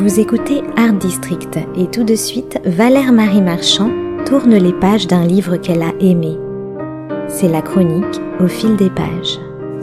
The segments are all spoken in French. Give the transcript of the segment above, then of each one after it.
Vous écoutez Art District et tout de suite, Valère Marie Marchand tourne les pages d'un livre qu'elle a aimé. C'est la chronique Au fil des pages.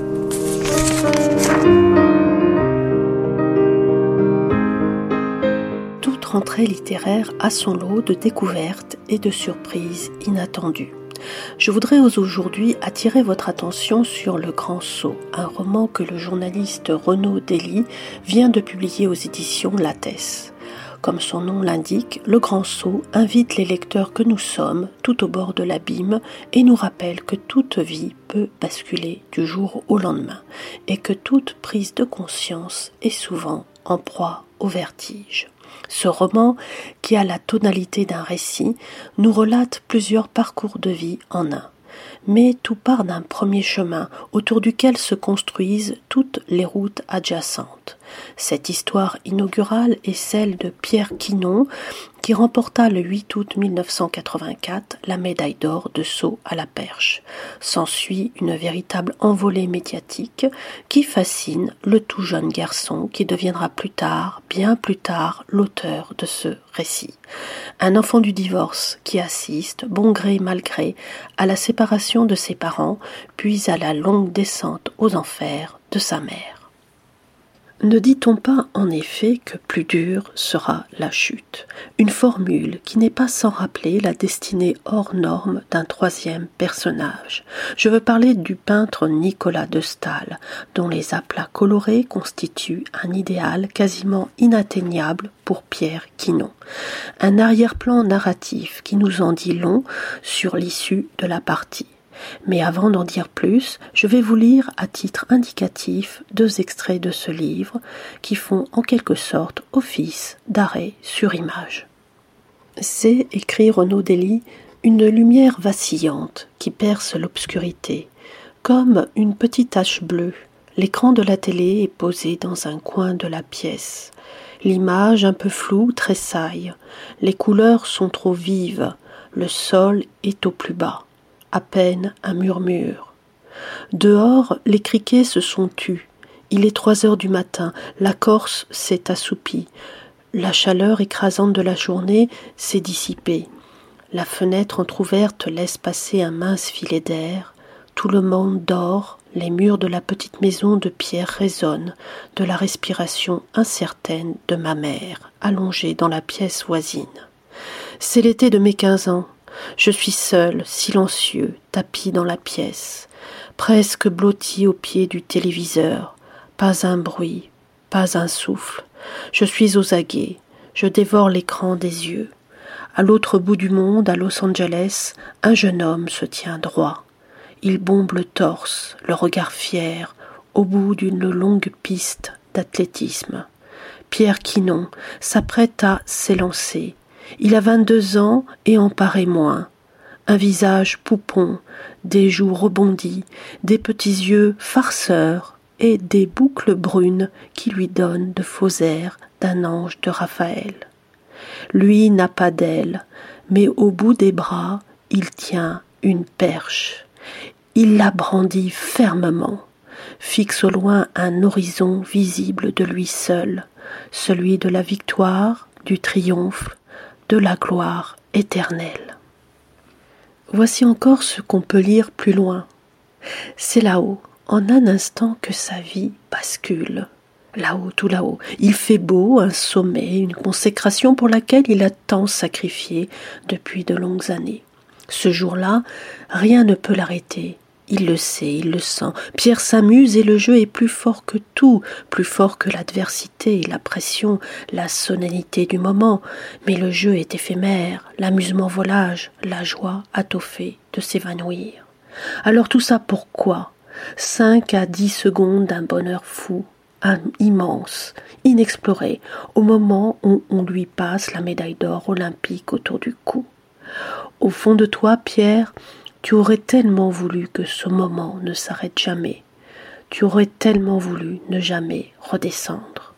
Toute rentrée littéraire a son lot de découvertes et de surprises inattendues. Je voudrais aujourd'hui attirer votre attention sur Le Grand Saut, un roman que le journaliste Renaud Dely vient de publier aux éditions Lattès. Comme son nom l'indique, Le Grand Saut invite les lecteurs que nous sommes tout au bord de l'abîme et nous rappelle que toute vie peut basculer du jour au lendemain et que toute prise de conscience est souvent en proie au vertige. Ce roman, qui a la tonalité d'un récit, nous relate plusieurs parcours de vie en un. Mais tout part d'un premier chemin autour duquel se construisent toutes les routes adjacentes. Cette histoire inaugurale est celle de Pierre Quinon, qui remporta le 8 août 1984 la médaille d'or de saut à la perche. S'ensuit une véritable envolée médiatique qui fascine le tout jeune garçon qui deviendra plus tard, bien plus tard, l'auteur de ce récit. Un enfant du divorce qui assiste, bon gré mal gré, à la séparation de ses parents, puis à la longue descente aux enfers de sa mère. Ne dit-on pas en effet que plus dure sera la chute? Une formule qui n'est pas sans rappeler la destinée hors norme d'un troisième personnage. Je veux parler du peintre Nicolas de Staël, dont les aplats colorés constituent un idéal quasiment inatteignable pour Pierre Quinon. Un arrière-plan narratif qui nous en dit long sur l'issue de la partie. Mais avant d'en dire plus, je vais vous lire à titre indicatif 2 extraits de ce livre qui font en quelque sorte office d'arrêt sur image. C'est, écrit Renaud Dely, une lumière vacillante qui perce l'obscurité. Comme une petite tache bleue, l'écran de la télé est posé dans un coin de la pièce. L'image, un peu floue, tressaille. Les couleurs sont trop vives. Le sol est au plus bas. À peine un murmure. Dehors, les criquets se sont tus. Il est 3 heures du matin, la Corse s'est assoupie. La chaleur écrasante de la journée s'est dissipée. La fenêtre entr'ouverte laisse passer un mince filet d'air. Tout le monde dort, les murs de la petite maison de pierre résonnent de la respiration incertaine de ma mère, allongée dans la pièce voisine. C'est l'été de mes 15 ans. Je suis seul, silencieux, tapi dans la pièce, presque blotti au pied du téléviseur. Pas un bruit, pas un souffle. Je suis aux aguets, je dévore l'écran des yeux. À l'autre bout du monde, à Los Angeles, un jeune homme se tient droit. Il bombe le torse, le regard fier, au bout d'une longue piste d'athlétisme. Pierre Quinon s'apprête à s'élancer. Il a 22 ans et en paraît moins. Un visage poupon, des joues rebondies, des petits yeux farceurs et des boucles brunes qui lui donnent de faux airs d'un ange de Raphaël. Lui n'a pas d'ailes, mais au bout des bras, il tient une perche. Il la brandit fermement, fixe au loin un horizon visible de lui seul, celui de la victoire, du triomphe, de la gloire éternelle. Voici encore ce qu'on peut lire plus loin. C'est là-haut, en un instant que sa vie bascule. Là-haut, tout là-haut, il fait beau, un sommet, une consécration pour laquelle il a tant sacrifié depuis de longues années. Ce jour-là, rien ne peut l'arrêter. Il le sait, il le sent. Pierre s'amuse et le jeu est plus fort que tout, plus fort que l'adversité, la pression, la solennité du moment. Mais le jeu est éphémère, l'amusement volage, la joie a tôt fait de s'évanouir. Alors tout ça pourquoi? 5 à 10 secondes d'un bonheur fou, immense, inexploré, au moment où on lui passe la médaille d'or olympique autour du cou. Au fond de toi, Pierre, tu aurais tellement voulu que ce moment ne s'arrête jamais. Tu aurais tellement voulu ne jamais redescendre.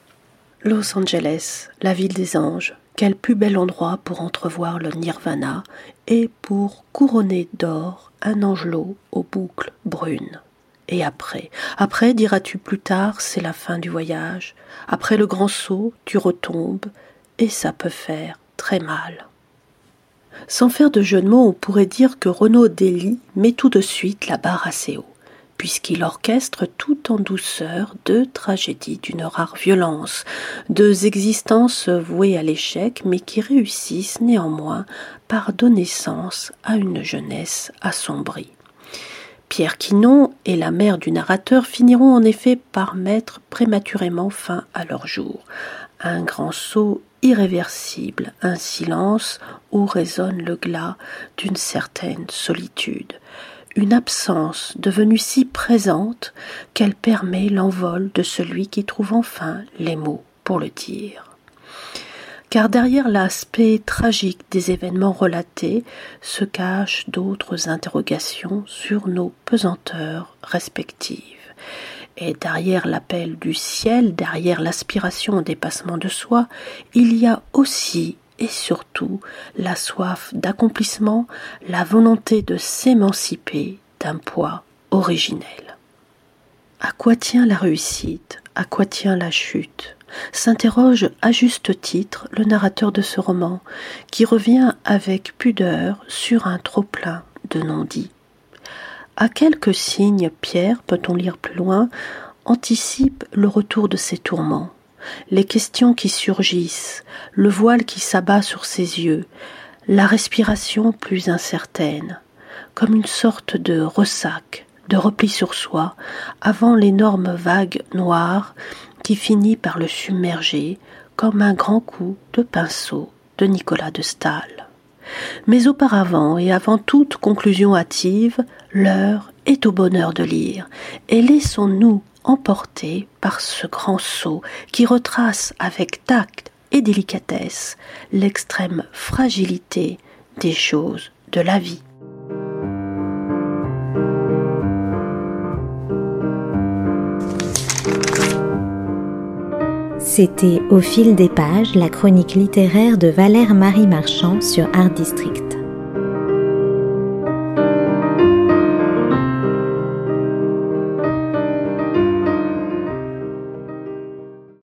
Los Angeles, la ville des anges, quel plus bel endroit pour entrevoir le nirvana et pour couronner d'or un angelot aux boucles brunes. Et après, diras-tu plus tard, c'est la fin du voyage. Après le grand saut, tu retombes, et ça peut faire très mal. Sans faire de jeu de mots, on pourrait dire que Renaud Dely met tout de suite la barre assez haut, puisqu'il orchestre tout en douceur deux tragédies d'une rare violence, deux existences vouées à l'échec, mais qui réussissent néanmoins par donner sens à une jeunesse assombrie. Pierre Quinon et la mère du narrateur finiront en effet par mettre prématurément fin à leur jour. Un grand saut irréversible, un silence où résonne le glas d'une certaine solitude. Une absence devenue si présente qu'elle permet l'envol de celui qui trouve enfin les mots pour le dire. Car derrière l'aspect tragique des événements relatés se cachent d'autres interrogations sur nos pesanteurs respectives. Et derrière l'appel du ciel, derrière l'aspiration au dépassement de soi, il y a aussi et surtout la soif d'accomplissement, la volonté de s'émanciper d'un poids originel. À quoi tient la réussite? À quoi tient la chute? S'interroge à juste titre le narrateur de ce roman, qui revient avec pudeur sur un trop-plein de non-dits. À quelques signes, Pierre, peut-on lire plus loin, anticipe le retour de ses tourments, les questions qui surgissent, le voile qui s'abat sur ses yeux, la respiration plus incertaine, comme une sorte de ressac, de repli sur soi, avant l'énorme vague noire qui finit par le submerger comme un grand coup de pinceau de Nicolas de Staël. Mais auparavant et avant toute conclusion hâtive, l'heure est au bonheur de lire, et laissons-nous emporter par ce grand saut qui retrace avec tact et délicatesse l'extrême fragilité des choses de la vie. C'était Au fil des pages, la chronique littéraire de Valère Marie Marchand sur Art District.